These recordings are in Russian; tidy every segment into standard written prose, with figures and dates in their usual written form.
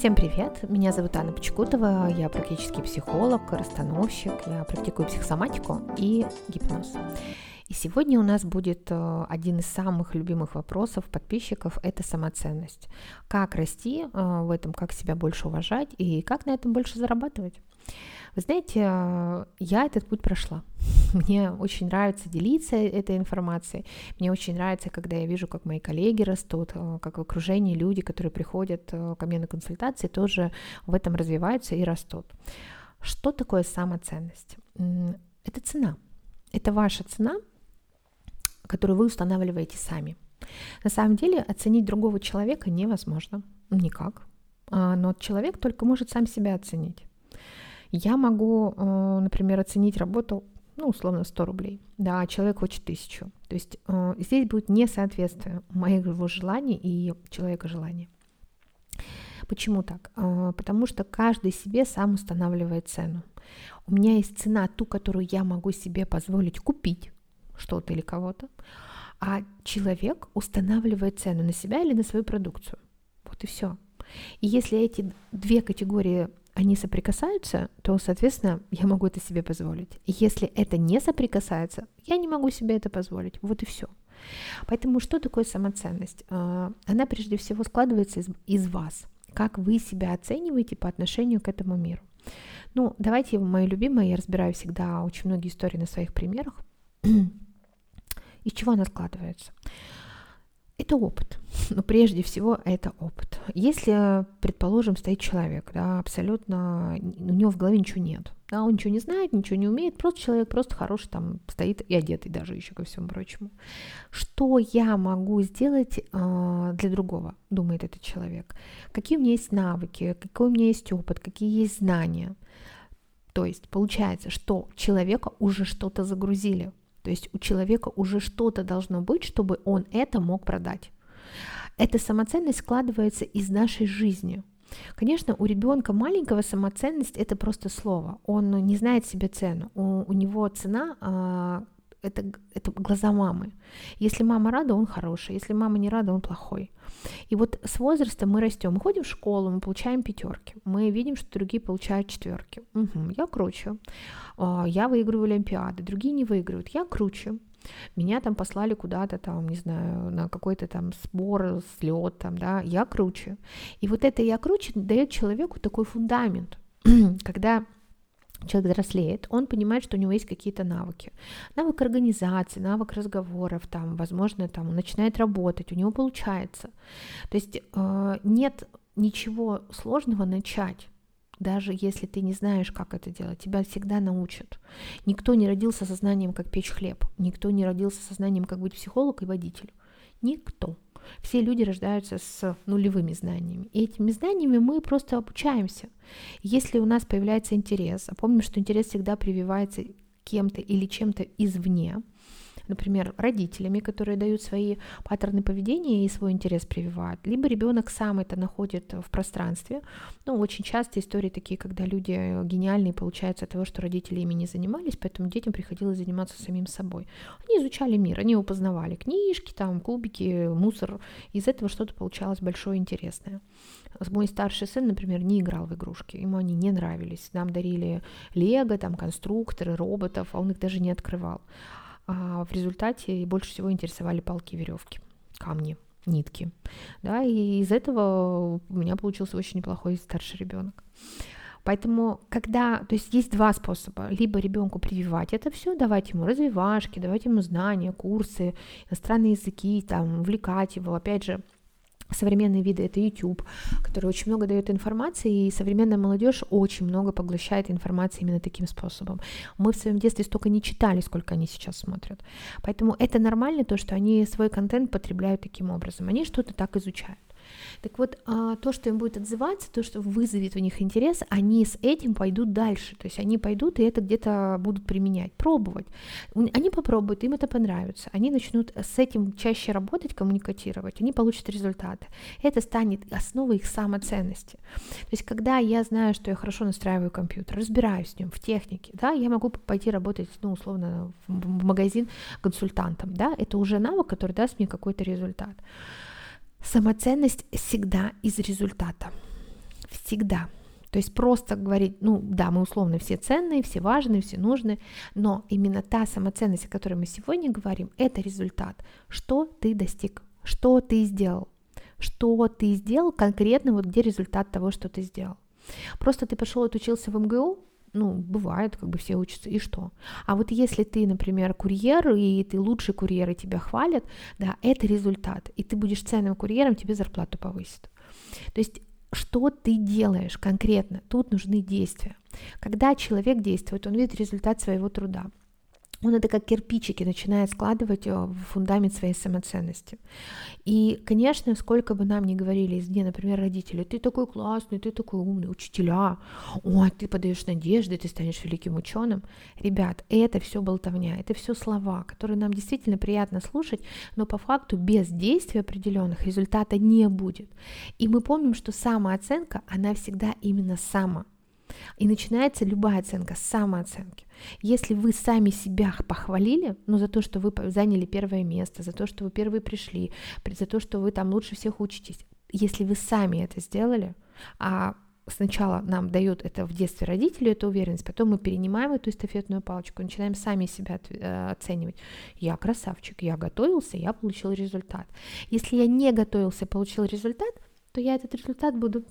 Всем привет, меня зовут Анна Почекутова, я практический психолог, расстановщик, я практикую психосоматику и гипноз. И сегодня у нас будет один из самых любимых вопросов подписчиков – это самоценность. Как расти в этом, как себя больше уважать и как на этом больше зарабатывать. Вы знаете, я этот путь прошла. Мне очень нравится делиться этой информацией. Мне очень нравится, когда я вижу, как мои коллеги растут, как в окружении люди, которые приходят ко мне на консультации, тоже в этом развиваются и растут. Что такое самоценность? Это цена. Это ваша цена, которую вы устанавливаете сами. На самом деле оценить другого человека невозможно. Никак. Но человек только может сам себя оценить. Я могу, например, оценить работу, условно, 100 рублей, да, а человек хочет 1000. То есть здесь будет несоответствие моего желания и человека желания. Почему так? Потому что каждый себе сам устанавливает цену. У меня есть цена, ту, которую я могу себе позволить купить что-то или кого-то, а человек устанавливает цену на себя или на свою продукцию. Вот и все. И если эти две категории они соприкасаются, то, соответственно, я могу это себе позволить. И если это не соприкасается, я не могу себе это позволить. Вот и все. Поэтому что такое самоценность? Она прежде всего складывается из вас. Как вы себя оцениваете по отношению к этому миру. Давайте мое любимое, я разбираю всегда очень многие истории на своих примерах. Из чего она складывается? Это опыт, но прежде всего это опыт. Если, предположим, стоит человек, да, абсолютно, у него в голове ничего нет, да, он ничего не знает, ничего не умеет, просто человек просто хороший там стоит и одетый даже еще ко всему прочему. Что я могу сделать для другого, думает этот человек? Какие у меня есть навыки, какой у меня есть опыт, какие есть знания? То есть получается, что человека уже что-то загрузили. То есть у человека уже что-то должно быть, чтобы он это мог продать. Эта самоценность складывается из нашей жизни. Конечно, у ребенка маленького самоценность – это просто слово. Он не знает себе цену. У него цена это глаза мамы. Если мама рада, он хороший. Если мама не рада, он плохой. И вот с возрастом мы растем. Мы ходим в школу, мы получаем 5. Мы видим, что другие получают 4. Я круче. Я выигрываю олимпиады, другие не выигрывают. Я круче. Меня там послали куда-то там, не знаю, на какой-то там сбор, слет там, да, я круче. И вот это я круче дает человеку такой фундамент, когда человек взрослеет, он понимает, что у него есть какие-то навыки. Навык организации, навык разговоров, там, возможно, там, он начинает работать, у него получается. То есть нет ничего сложного начать. Даже если ты не знаешь, как это делать, тебя всегда научат. Никто не родился со знанием, как печь хлеб. Никто не родился со знанием, как быть психолог и водитель. Никто. Все люди рождаются с нулевыми знаниями. И этими знаниями мы просто обучаемся. Если у нас появляется интерес, а помним, что интерес всегда прививается кем-то или чем-то извне, например, родителями, которые дают свои паттерны поведения и свой интерес прививают, либо ребенок сам это находит в пространстве. Очень часто истории такие, когда люди гениальные получаются от того, что родители ими не занимались, поэтому детям приходилось заниматься самим собой. Они изучали мир, они его познавали, книжки, там, кубики, мусор, из этого что-то получалось большое интересное. Мой старший сын, например, не играл в игрушки, ему они не нравились. Нам дарили лего, там, конструкторы, роботов, а он их даже не открывал. А в результате больше всего интересовали палки, веревки, камни, нитки. Да, и из этого у меня получился очень неплохой старший ребенок. Поэтому, то есть два способа. Либо ребенку прививать это все, давать ему развивашки, давать ему знания, курсы, иностранные языки, там, увлекать его. Опять же, современные виды — это YouTube, который очень много дает информации, и современная молодежь очень много поглощает информации именно таким способом. Мы в своем детстве столько не читали, сколько они сейчас смотрят. Поэтому это нормально, то, что они свой контент потребляют таким образом. Они что-то так изучают. Так вот, то, что им будет отзываться, то, что вызовет у них интерес, они с этим пойдут дальше. То есть они пойдут и это где-то будут применять, пробовать. Они попробуют, им это понравится. Они начнут с этим чаще работать, коммуникатировать, они получат результаты. Это станет основой их самоценности. То есть когда я знаю, что я хорошо настраиваю компьютер, разбираюсь в нем, в технике, да, я могу пойти работать, условно, в магазин консультантом. Да, это уже навык, который даст мне какой-то результат. Самоценность всегда из результата. всегда. То есть просто говорить, да, мы условно все ценные, все важные, все нужны, но именно та самоценность, о которой мы сегодня говорим, это результат. Что ты достиг, что ты сделал конкретно, вот где результат того, что ты сделал. Просто ты пошел отучился в МГУ, бывает, все учатся, и что? А вот если ты, например, курьер, и ты лучший курьер, и тебя хвалят, да, это результат, и ты будешь ценным курьером, тебе зарплату повысят. То есть что ты делаешь конкретно? Тут нужны действия. Когда человек действует, он видит результат своего труда. Он это как кирпичики начинает складывать в фундамент своей самоценности. И, конечно, сколько бы нам ни говорили извне, например, родители, ты такой классный, ты такой умный, учителя, ой, ты подаешь надежды, ты станешь великим ученым. Ребят, это все болтовня, это все слова, которые нам действительно приятно слушать, но по факту без действий определенных результата не будет. И мы помним, что самооценка, она всегда именно сама. И начинается любая оценка с самооценки. Если вы сами себя похвалили, за то, что вы заняли первое место, за то, что вы первые пришли, за то, что вы там лучше всех учитесь, если вы сами это сделали, а сначала нам дают это в детстве родители, эту уверенность, потом мы перенимаем эту эстафетную палочку, начинаем сами себя оценивать. Я красавчик, я готовился, я получил результат. Если я не готовился, получил результат, то я этот результат буду,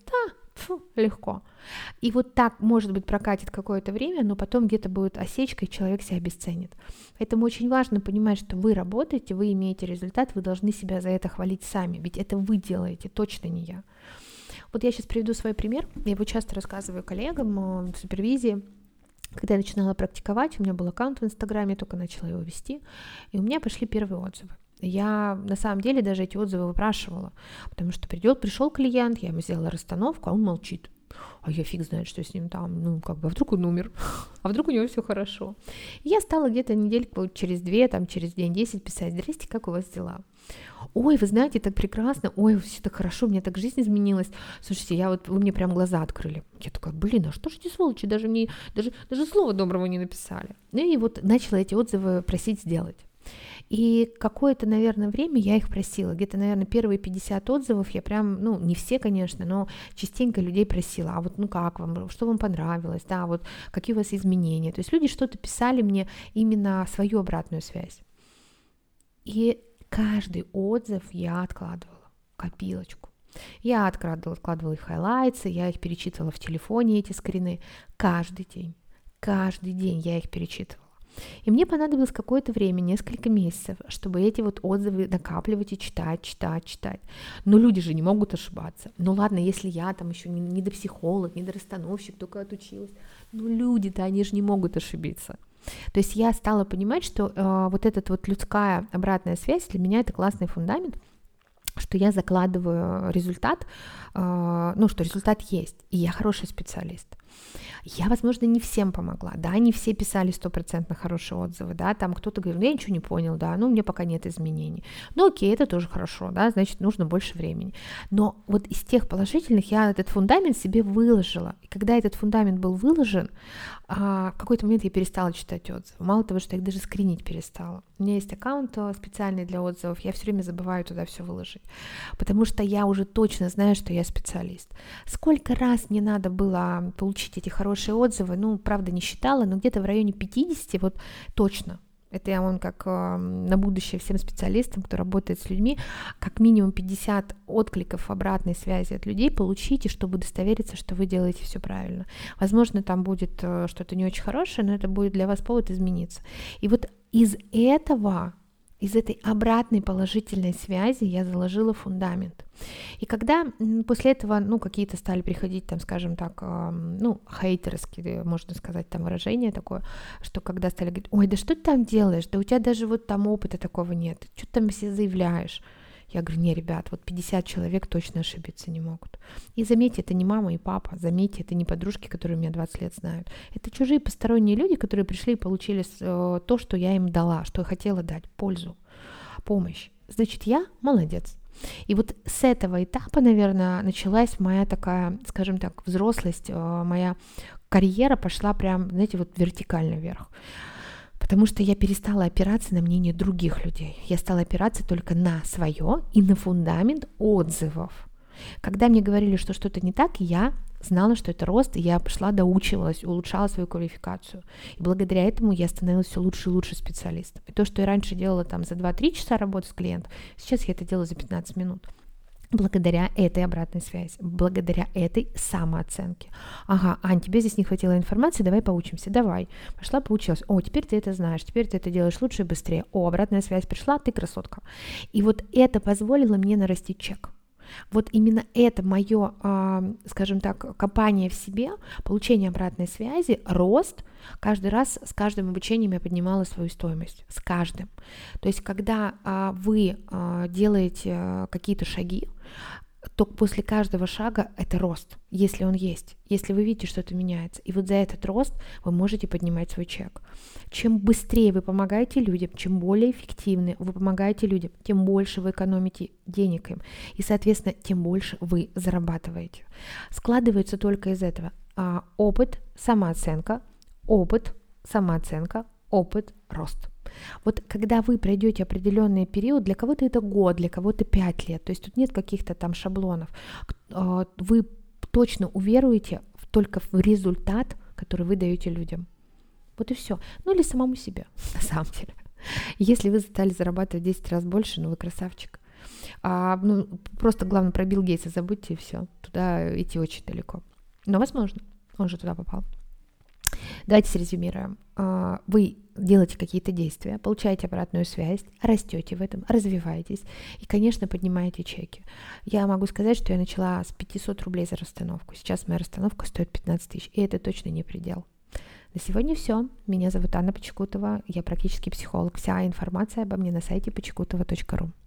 легко. И вот так, может быть, прокатит какое-то время, но потом где-то будет осечка, и человек себя обесценит. Поэтому очень важно понимать, что вы работаете, вы имеете результат, вы должны себя за это хвалить сами, ведь это вы делаете, точно не я. Вот я сейчас приведу свой пример, я его часто рассказываю коллегам в супервизии. Когда я начинала практиковать, у меня был аккаунт в Инстаграме, я только начала его вести, и у меня пошли первые отзывы. Я на самом деле даже эти отзывы выпрашивала, потому что пришел клиент, я ему сделала расстановку, а он молчит. А я фиг знает, что с ним там, а вдруг он умер, а вдруг у него все хорошо. И я стала где-то недельку через 2, через день 10 писать: здрасте, как у вас дела? Ой, вы знаете, так прекрасно, ой, все так хорошо, у меня так жизнь изменилась. Слушайте, вы мне прям глаза открыли. Я такая, а что ж эти сволочи, даже слова доброго не написали. И вот начала эти отзывы просить сделать. И какое-то, наверное, время я их просила. Где-то, наверное, первые 50 отзывов я прям, не все, конечно, но частенько людей просила. А вот, как вам, что вам понравилось, да, вот какие у вас изменения. То есть люди что-то писали мне именно свою обратную связь. И каждый отзыв я откладывала в копилочку. Я откладывала их хайлайтсы, я их перечитывала в телефоне, эти скрины. Каждый день я их перечитывала. И мне понадобилось какое-то время, несколько месяцев, чтобы эти вот отзывы накапливать и читать. Но люди же не могут ошибаться. Ладно, если я там еще не до психолог, не до расстановщик, только отучилась. Люди-то, они же не могут ошибиться. То есть я стала понимать, что вот эта вот людская обратная связь для меня это классный фундамент, что я закладываю результат, что результат есть, и я хороший специалист. Я, возможно, не всем помогла, да, не все писали 100% хорошие отзывы, да, там кто-то говорил, я ничего не понял, да, у меня пока нет изменений. Окей, это тоже хорошо, да, значит, нужно больше времени. Но вот из тех положительных я этот фундамент себе выложила, и когда этот фундамент был выложен, в какой-то момент я перестала читать отзывы, мало того, что я их даже скринить перестала. У меня есть аккаунт специальный для отзывов, я все время забываю туда все выложить, потому что я уже точно знаю, что я специалист. Сколько раз мне надо было получить эти хорошие отзывы, правда, не считала, но где-то в районе 50, вот точно. Это я как на будущее всем специалистам, кто работает с людьми, как минимум 50 откликов обратной связи от людей получите, чтобы удостовериться, что вы делаете все правильно. Возможно, там будет что-то не очень хорошее, но это будет для вас повод измениться. И вот из этой обратной положительной связи я заложила фундамент. И когда после этого, какие-то стали приходить, там, скажем так, хейтерские, можно сказать, там выражение такое, что когда стали говорить, ой, да что ты там делаешь, да у тебя даже вот там опыта такого нет, что ты там себе заявляешь? Я говорю, не, ребят, вот 50 человек точно ошибиться не могут. И заметьте, это не мама и папа, заметьте, это не подружки, которые меня 20 лет знают. Это чужие посторонние люди, которые пришли и получили то, что я им дала, что я хотела дать, пользу, помощь. Значит, я молодец. И вот с этого этапа, наверное, началась моя такая, скажем так, взрослость, моя карьера пошла прям, знаете, вот вертикально вверх. Потому что я перестала опираться на мнение других людей. Я стала опираться только на свое и на фундамент отзывов. Когда мне говорили, что что-то не так, я знала, что это рост, и я пошла, доучивалась, улучшала свою квалификацию. И благодаря этому я становилась все лучше и лучше специалистом. И то, что я раньше делала там за 2-3 часа работы с клиентом, сейчас я это делаю за 15 минут. Благодаря этой обратной связи, благодаря этой самооценке. Ага, Ань, тебе здесь не хватило информации, давай поучимся, давай. Пошла, поучилась. О, теперь ты это знаешь, теперь ты это делаешь лучше и быстрее. О, обратная связь пришла, ты красотка. И вот это позволило мне нарастить чек. Вот именно это мое, скажем так, копание в себе, получение обратной связи, рост, каждый раз с каждым обучением я поднимала свою стоимость, с каждым. То есть, когда вы делаете какие-то шаги, то после каждого шага это рост, если он есть, если вы видите, что это меняется. И вот за этот рост вы можете поднимать свой чек. Чем быстрее вы помогаете людям, чем более эффективны вы помогаете людям, тем больше вы экономите денег им. И, соответственно, тем больше вы зарабатываете. Складывается только из этого опыт, самооценка, опыт, самооценка, опыт, рост. Вот когда вы пройдете определенный период, для кого-то это год, для кого-то 5 лет, то есть тут нет каких-то там шаблонов, вы точно уверуете только в результат, который вы даете людям. Вот и все. Ну или самому себе, на самом деле. Если вы стали зарабатывать 10 раз больше, вы красавчик. Просто главное про Билл Гейтса забудьте, и все. Туда идти очень далеко. Но возможно, он же туда попал. Давайте срезюмируем. Вы делаете какие-то действия, получаете обратную связь, растете в этом, развиваетесь и, конечно, поднимаете чеки. Я могу сказать, что я начала с 500 рублей за расстановку. Сейчас моя расстановка стоит 15 тысяч, и это точно не предел. На сегодня все. Меня зовут Анна Почекутова, я практический психолог. Вся информация обо мне на сайте почекутова.ру.